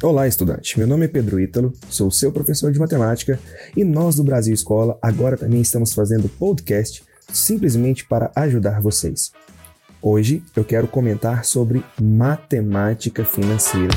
Olá, estudante. Meu nome é Pedro Ítalo, sou seu professor de matemática e nós do Brasil Escola agora também estamos fazendo podcast simplesmente para ajudar vocês. Hoje eu quero comentar sobre matemática financeira.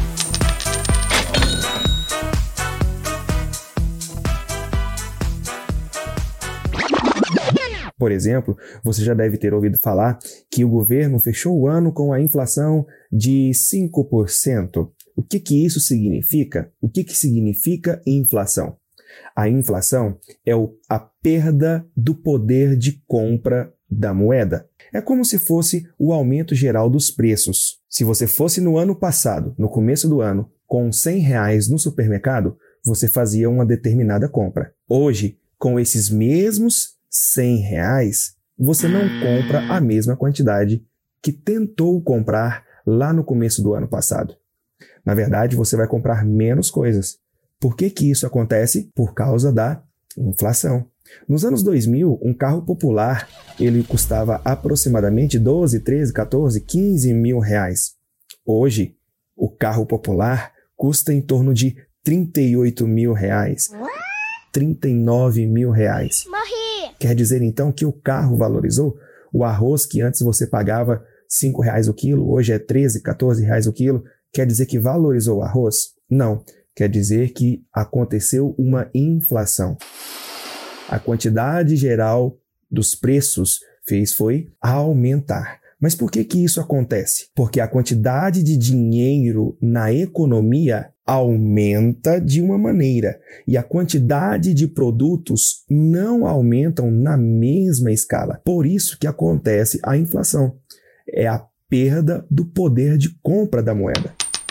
Por exemplo, você já deve ter ouvido falar que o governo fechou o ano com a inflação de 5%. O que isso significa? O que significa inflação? A inflação é a perda do poder de compra da moeda. É como se fosse o aumento geral dos preços. Se você fosse no ano passado, no começo do ano, com R$100 no supermercado, você fazia uma determinada compra. Hoje, com esses mesmos R$100, você não compra a mesma quantidade que tentou comprar lá no começo do ano passado. Na verdade, você vai comprar menos coisas. Por que isso acontece? Por causa da inflação. Nos anos 2000, um carro popular ele custava aproximadamente 12, 13, 14, 15 mil reais. Hoje, o carro popular custa em torno de 38 mil reais. 39 mil reais. Morri! Quer dizer, então, que o carro valorizou? O arroz que antes você pagava R$5 o quilo, hoje é 13, 14 reais o quilo. Quer dizer que valorizou o arroz? Não. Quer dizer que aconteceu uma inflação. A quantidade geral dos preços foi aumentar. Mas por que isso acontece? Porque a quantidade de dinheiro na economia aumenta de uma maneira e a quantidade de produtos não aumentam na mesma escala. Por isso que acontece a inflação. É a perda do poder de compra da moeda.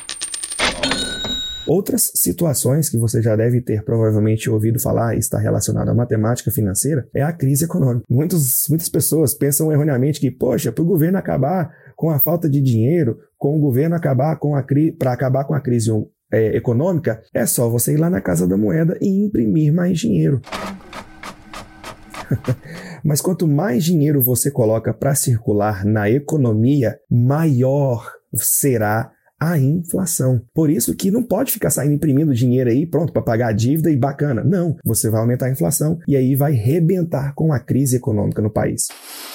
Outras situações que você já deve ter provavelmente ouvido falar e está relacionada à matemática financeira é a crise econômica. Muitas pessoas pensam erroneamente que, poxa, para o governo acabar com a falta de dinheiro, com o governo acabar para acabar com a crise econômica, é só você ir lá na Casa da Moeda e imprimir mais dinheiro. Mas quanto mais dinheiro você coloca para circular na economia, maior será a inflação. Por isso que não pode ficar saindo imprimindo dinheiro aí, pronto, para pagar a dívida e bacana. Não, você vai aumentar a inflação e aí vai rebentar com a crise econômica no país.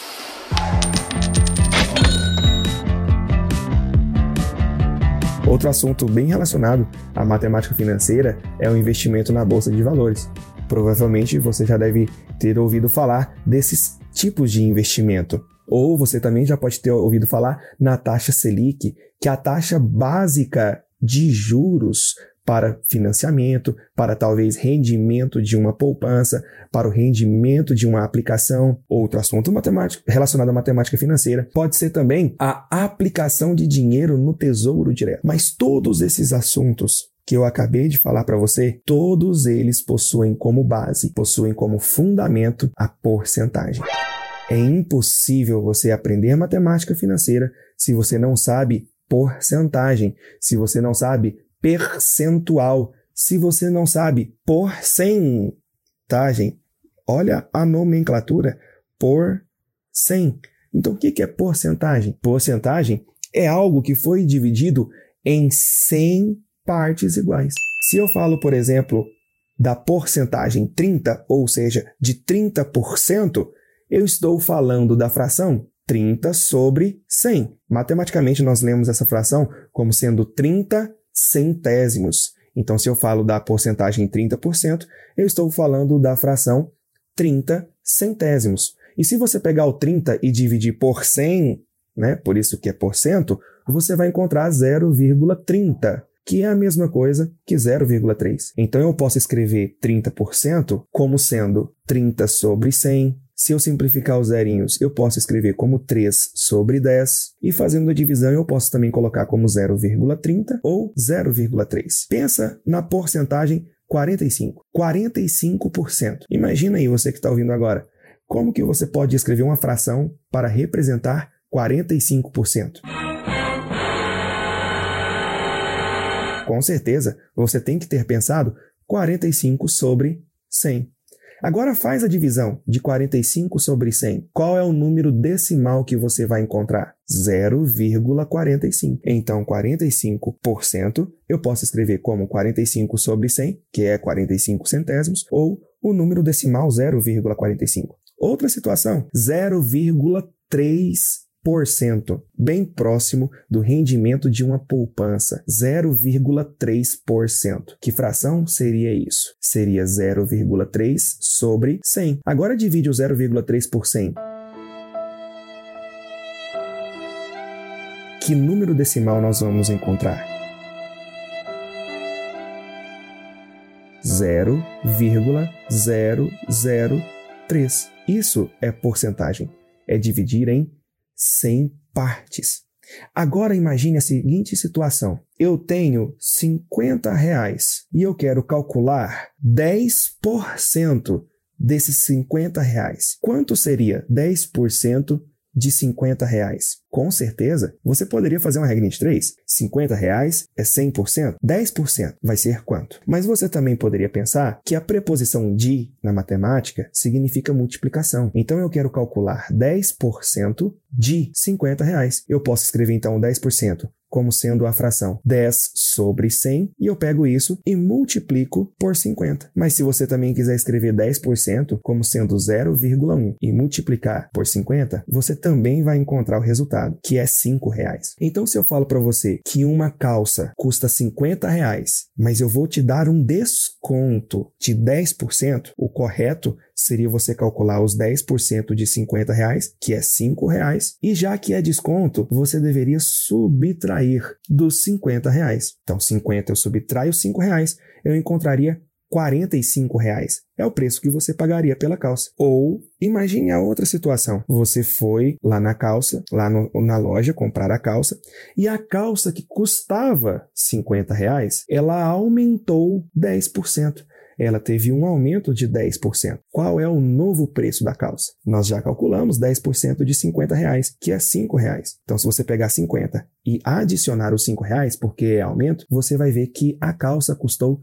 Outro assunto bem relacionado à matemática financeira é o investimento na Bolsa de Valores. Provavelmente você já deve ter ouvido falar desses tipos de investimento. Ou você também já pode ter ouvido falar na taxa Selic, que é a taxa básica de juros para financiamento, para talvez rendimento de uma poupança, para o rendimento de uma aplicação. Outro assunto relacionado à matemática financeira pode ser também a aplicação de dinheiro no Tesouro Direto. Mas todos esses assuntos que eu acabei de falar para você, todos eles possuem como base, possuem como fundamento a porcentagem. É impossível você aprender matemática financeira se você não sabe porcentagem, se você não sabe percentual, se você não sabe porcentagem. Olha a nomenclatura, por 100. Então, o que é porcentagem? Porcentagem é algo que foi dividido em 100 partes iguais. Se eu falo, por exemplo, da porcentagem 30, ou seja, de 30%, eu estou falando da fração 30 sobre 100. Matematicamente, nós lemos essa fração como sendo 30 centésimos. Então, se eu falo da porcentagem 30%, eu estou falando da fração 30 centésimos. E se você pegar o 30 e dividir por 100, né, por isso que é porcento, você vai encontrar 0,30, que é a mesma coisa que 0,3. Então, eu posso escrever 30% como sendo 30 sobre 100. Se eu simplificar os zerinhos, eu posso escrever como 3 sobre 10. E fazendo a divisão, eu posso também colocar como 0,30 ou 0,3. Pensa na porcentagem 45. 45%. Imagina aí você que está ouvindo agora. Como que você pode escrever uma fração para representar 45%? Com certeza, você tem que ter pensado 45 sobre 100. Agora faz a divisão de 45 sobre 100. Qual é o número decimal que você vai encontrar? 0,45. Então, 45% eu posso escrever como 45 sobre 100, que é 45 centésimos, ou o número decimal 0,45. Outra situação, 0,3%, bem próximo do rendimento de uma poupança, 0,3%. Que fração seria isso? Seria 0,3 sobre 100. Agora divide o 0,3 por 100. Que número decimal nós vamos encontrar? 0,003. Isso é porcentagem. É dividir em 100 partes. Agora imagine a seguinte situação. Eu tenho R$50 e eu quero calcular 10% desses R$50. Quanto seria 10% de R$50? Com certeza, você poderia fazer uma regra de 3. R$50 é 100%? 10% vai ser quanto? Mas você também poderia pensar que a preposição de, na matemática, significa multiplicação. Então, eu quero calcular 10% de R$50. Eu posso escrever, então, 10% como sendo a fração 10 sobre 100, e eu pego isso e multiplico por 50. Mas se você também quiser escrever 10% como sendo 0,1 e multiplicar por 50, você também vai encontrar o resultado, que é R$5. Então, se eu falo para você que uma calça custa R$50, mas eu vou te dar um desconto de 10%, o correto seria você calcular os 10% de R$50, que é R$5, e já que é desconto, você deveria subtrair dos R$50. Então, 50 eu subtraio os R$5, eu encontraria R$45. É o preço que você pagaria pela calça. Ou, imagine a outra situação. Você foi lá na calça, na loja, comprar a calça, e a calça que custava R$50, ela aumentou 10%. Ela teve um aumento de 10%. Qual é o novo preço da calça? Nós já calculamos 10% de R$50, que é R$5. Então, se você pegar 50 e adicionar os R$5, porque é aumento, você vai ver que a calça custou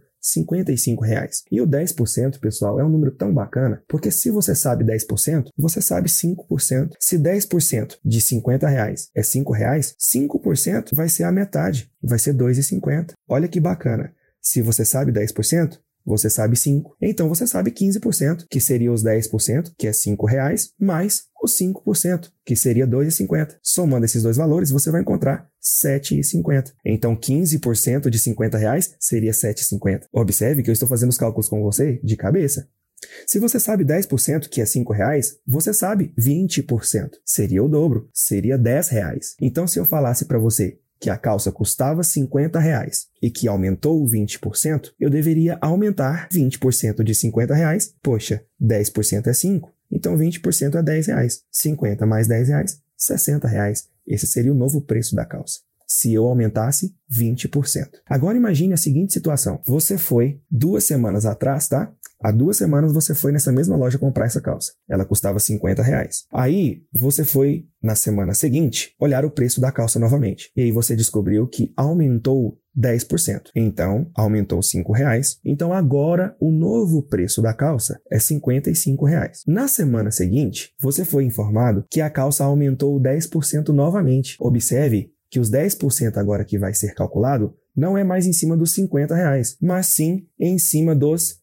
R$55. E o 10%, pessoal, é um número tão bacana, porque se você sabe 10%, você sabe 5%. Se 10% de R$50 é R$5, 5% vai ser a metade, vai ser R$2,50. Olha que bacana. Se você sabe 10%, você sabe 5. Então, você sabe 15%, que seria os 10%, que é R$5, mais os 5%, que seria R$2,50. Somando esses dois valores, você vai encontrar R$7,50. Então, 15% de R$50 seria R$7,50. Observe que eu estou fazendo os cálculos com você de cabeça. Se você sabe 10%, que é R$5, você sabe 20%. Seria o dobro, seria R$10. Então, se eu falasse para você que a calça custava R$50 e que aumentou 20%, eu deveria aumentar 20% de R$50. Poxa, 10% é 5, então 20% é R$10. 50 mais R$10, R$60. Esse seria o novo preço da calça, se eu aumentasse 20%. Agora imagine a seguinte situação. Você foi 2 semanas atrás, tá? Há 2 semanas você foi nessa mesma loja comprar essa calça. Ela custava R$50. Aí você foi, na semana seguinte, olhar o preço da calça novamente. E aí você descobriu que aumentou 10%. Então, aumentou R$5. Então, agora, o novo preço da calça é R$55. Na semana seguinte, você foi informado que a calça aumentou 10% novamente. Observe que os 10% agora que vai ser calculado não é mais em cima dos R$50, mas sim em cima dos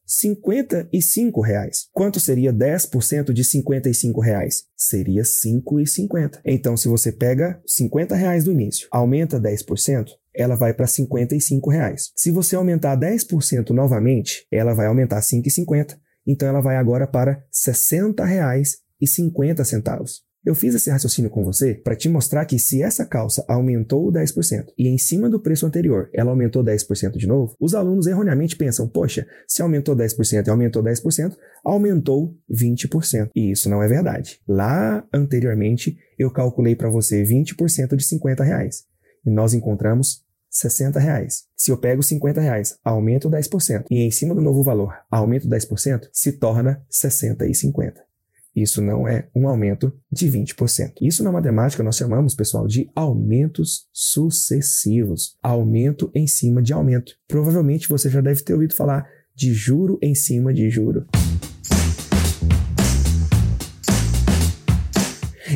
R$55. Quanto seria 10% de R$55? Seria R$5,50. Então, se você pega R$50 do início, aumenta 10%, ela vai para R$55. Se você aumentar 10% novamente, ela vai aumentar R$5,50. Então, ela vai agora para R$60,50. Eu fiz esse raciocínio com você para te mostrar que se essa calça aumentou 10% e em cima do preço anterior ela aumentou 10% de novo, os alunos erroneamente pensam, poxa, se aumentou 10% e aumentou 10%, aumentou 20%. E isso não é verdade. Lá anteriormente eu calculei para você 20% de R$50 e nós encontramos R$60. Se eu pego R$50, aumento 10% e em cima do novo valor aumento 10%, se torna R$60,50. Isso não é um aumento de 20%. Isso na matemática nós chamamos, pessoal, de aumentos sucessivos. Aumento em cima de aumento. Provavelmente você já deve ter ouvido falar de juro em cima de juro.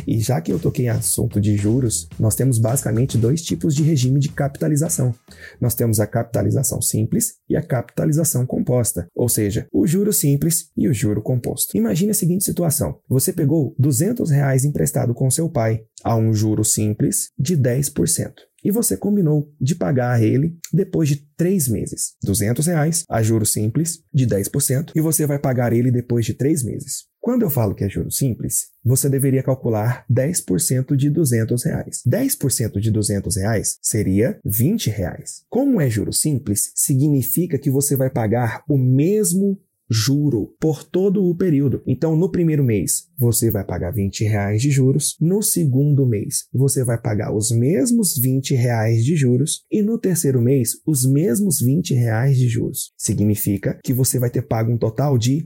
E já que eu toquei em assunto de juros, nós temos basicamente dois tipos de regime de capitalização. Nós temos a capitalização simples e a capitalização composta, ou seja, o juro simples e o juro composto. Imagine a seguinte situação: você pegou R$200 emprestado com seu pai a um juro simples de 10%. E você combinou de pagar a ele depois de 3 meses. R$200 a juros simples de 10% e você vai pagar ele depois de 3 meses. Quando eu falo que é juros simples, você deveria calcular 10% de R$200. 10% de R$200 seria R$20. Como é juros simples, significa que você vai pagar o mesmo juro por todo o período. Então, no primeiro mês, você vai pagar R$20 de juros. No segundo mês, você vai pagar os mesmos R$20 de juros. E no terceiro mês, os mesmos R$20 de juros. Significa que você vai ter pago um total de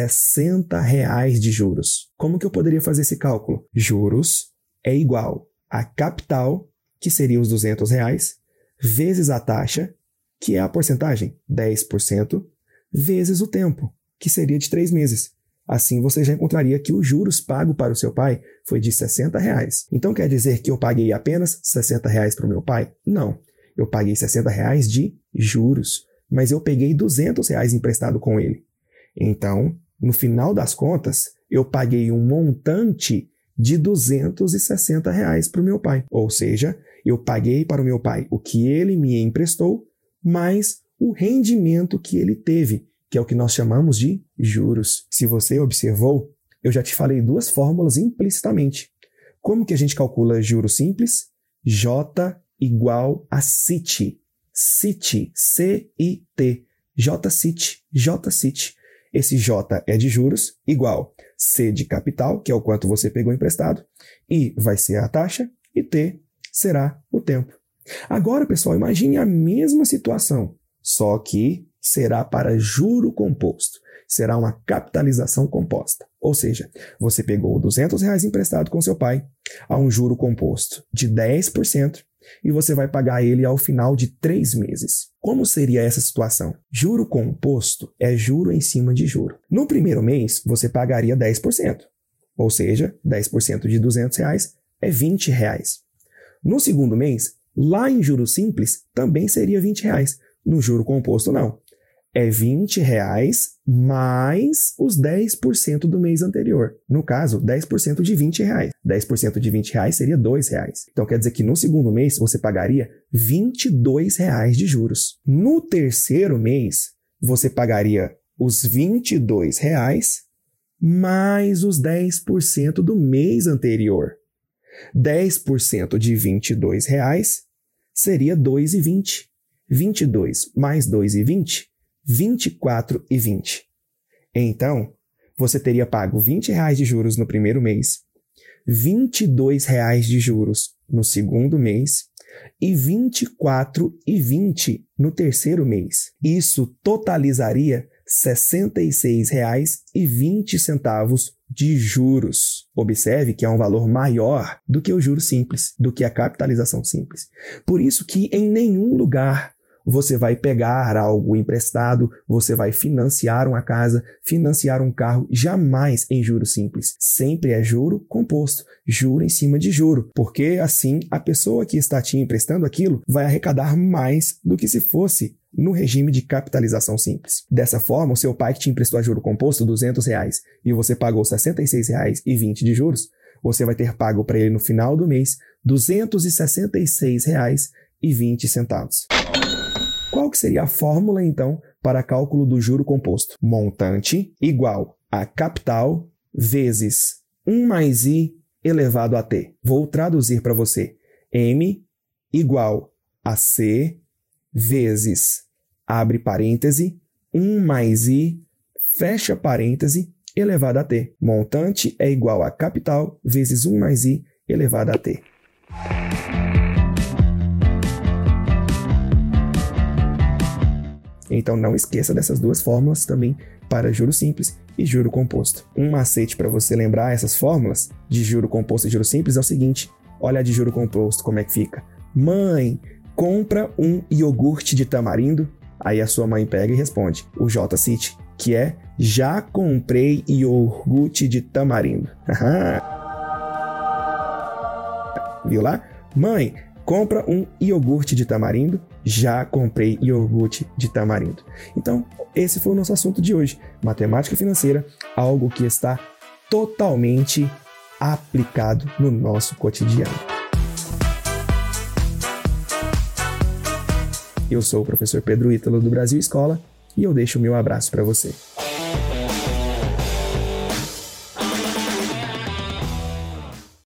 R$60 de juros. Como que eu poderia fazer esse cálculo? Juros é igual a capital, que seria os R$200, vezes a taxa, que é a porcentagem, 10%, vezes o tempo, que seria de 3 meses. Assim você já encontraria que os juros pagos para o seu pai foi de R$60. Então quer dizer que eu paguei apenas R$60 para o meu pai? Não. Eu paguei R$60 de juros, mas eu peguei R$200 emprestado com ele. Então, no final das contas, eu paguei um montante de R$260 para o meu pai. Ou seja, eu paguei para o meu pai o que ele me emprestou, mais o rendimento que ele teve, que é o que nós chamamos de juros. Se você observou, eu já te falei duas fórmulas implicitamente. Como que a gente calcula juros simples? J igual a CIT. CIT, C-I-T. J-CIT, J-CIT. Esse J é de juros, igual C de capital, que é o quanto você pegou emprestado, I vai ser a taxa, e T será o tempo. Agora, pessoal, imagine a mesma situação, só que será para juro composto. Será uma capitalização composta. Ou seja, você pegou R$200 emprestado com seu pai a um juro composto de 10% e você vai pagar ele ao final de 3 meses. Como seria essa situação? Juro composto é juro em cima de juro. No primeiro mês, você pagaria 10%. Ou seja, 10% de R$200 é R$20. No segundo mês, lá em juros simples, também seria R$20. No juro composto, não. É R$20 mais os 10% do mês anterior. No caso, 10% de R$20. 10% de R$20 seria R$2. Então, quer dizer que no segundo mês, você pagaria R$22 de juros. No terceiro mês, você pagaria os R$22 mais os 10% do mês anterior. 10% de R$22 seria R$2,20. 22 mais 2,20, R$24,20. Então, você teria pago R$20 de juros no primeiro mês, R$22 de juros no segundo mês e R$24,20 no terceiro mês. Isso totalizaria R$66,20 de juros. Observe que é um valor maior do que o juro simples, do que a capitalização simples. Por isso que em nenhum lugar você vai pegar algo emprestado, você vai financiar uma casa, financiar um carro, jamais em juro simples. Sempre é juro composto, juro em cima de juro, porque assim a pessoa que está te emprestando aquilo vai arrecadar mais do que se fosse no regime de capitalização simples. Dessa forma, o seu pai que te emprestou a juro composto R$200 e você pagou R$66,20 de juros, você vai ter pago para ele no final do mês R$266,20. Qual que seria a fórmula, então, para cálculo do juro composto? Montante igual a capital vezes 1 mais I elevado a T. Vou traduzir para você. M igual a C vezes, abre parêntese, 1 mais I, fecha parêntese, elevado a T. Montante é igual a capital vezes 1 mais I elevado a T. Então não esqueça dessas duas fórmulas também para juro simples e juro composto. Um macete para você lembrar essas fórmulas de juro composto e juro simples é o seguinte: olha a de juro composto como é que fica. Mãe, compra um iogurte de tamarindo. Aí a sua mãe pega e responde o J-Cit, que é já comprei iogurte de tamarindo. Viu lá? Mãe, compra um iogurte de tamarindo. Já comprei iogurte de tamarindo. Então, esse foi o nosso assunto de hoje. Matemática financeira, algo que está totalmente aplicado no nosso cotidiano. Eu sou o professor Pedro Ítalo do Brasil Escola e eu deixo o meu abraço para você.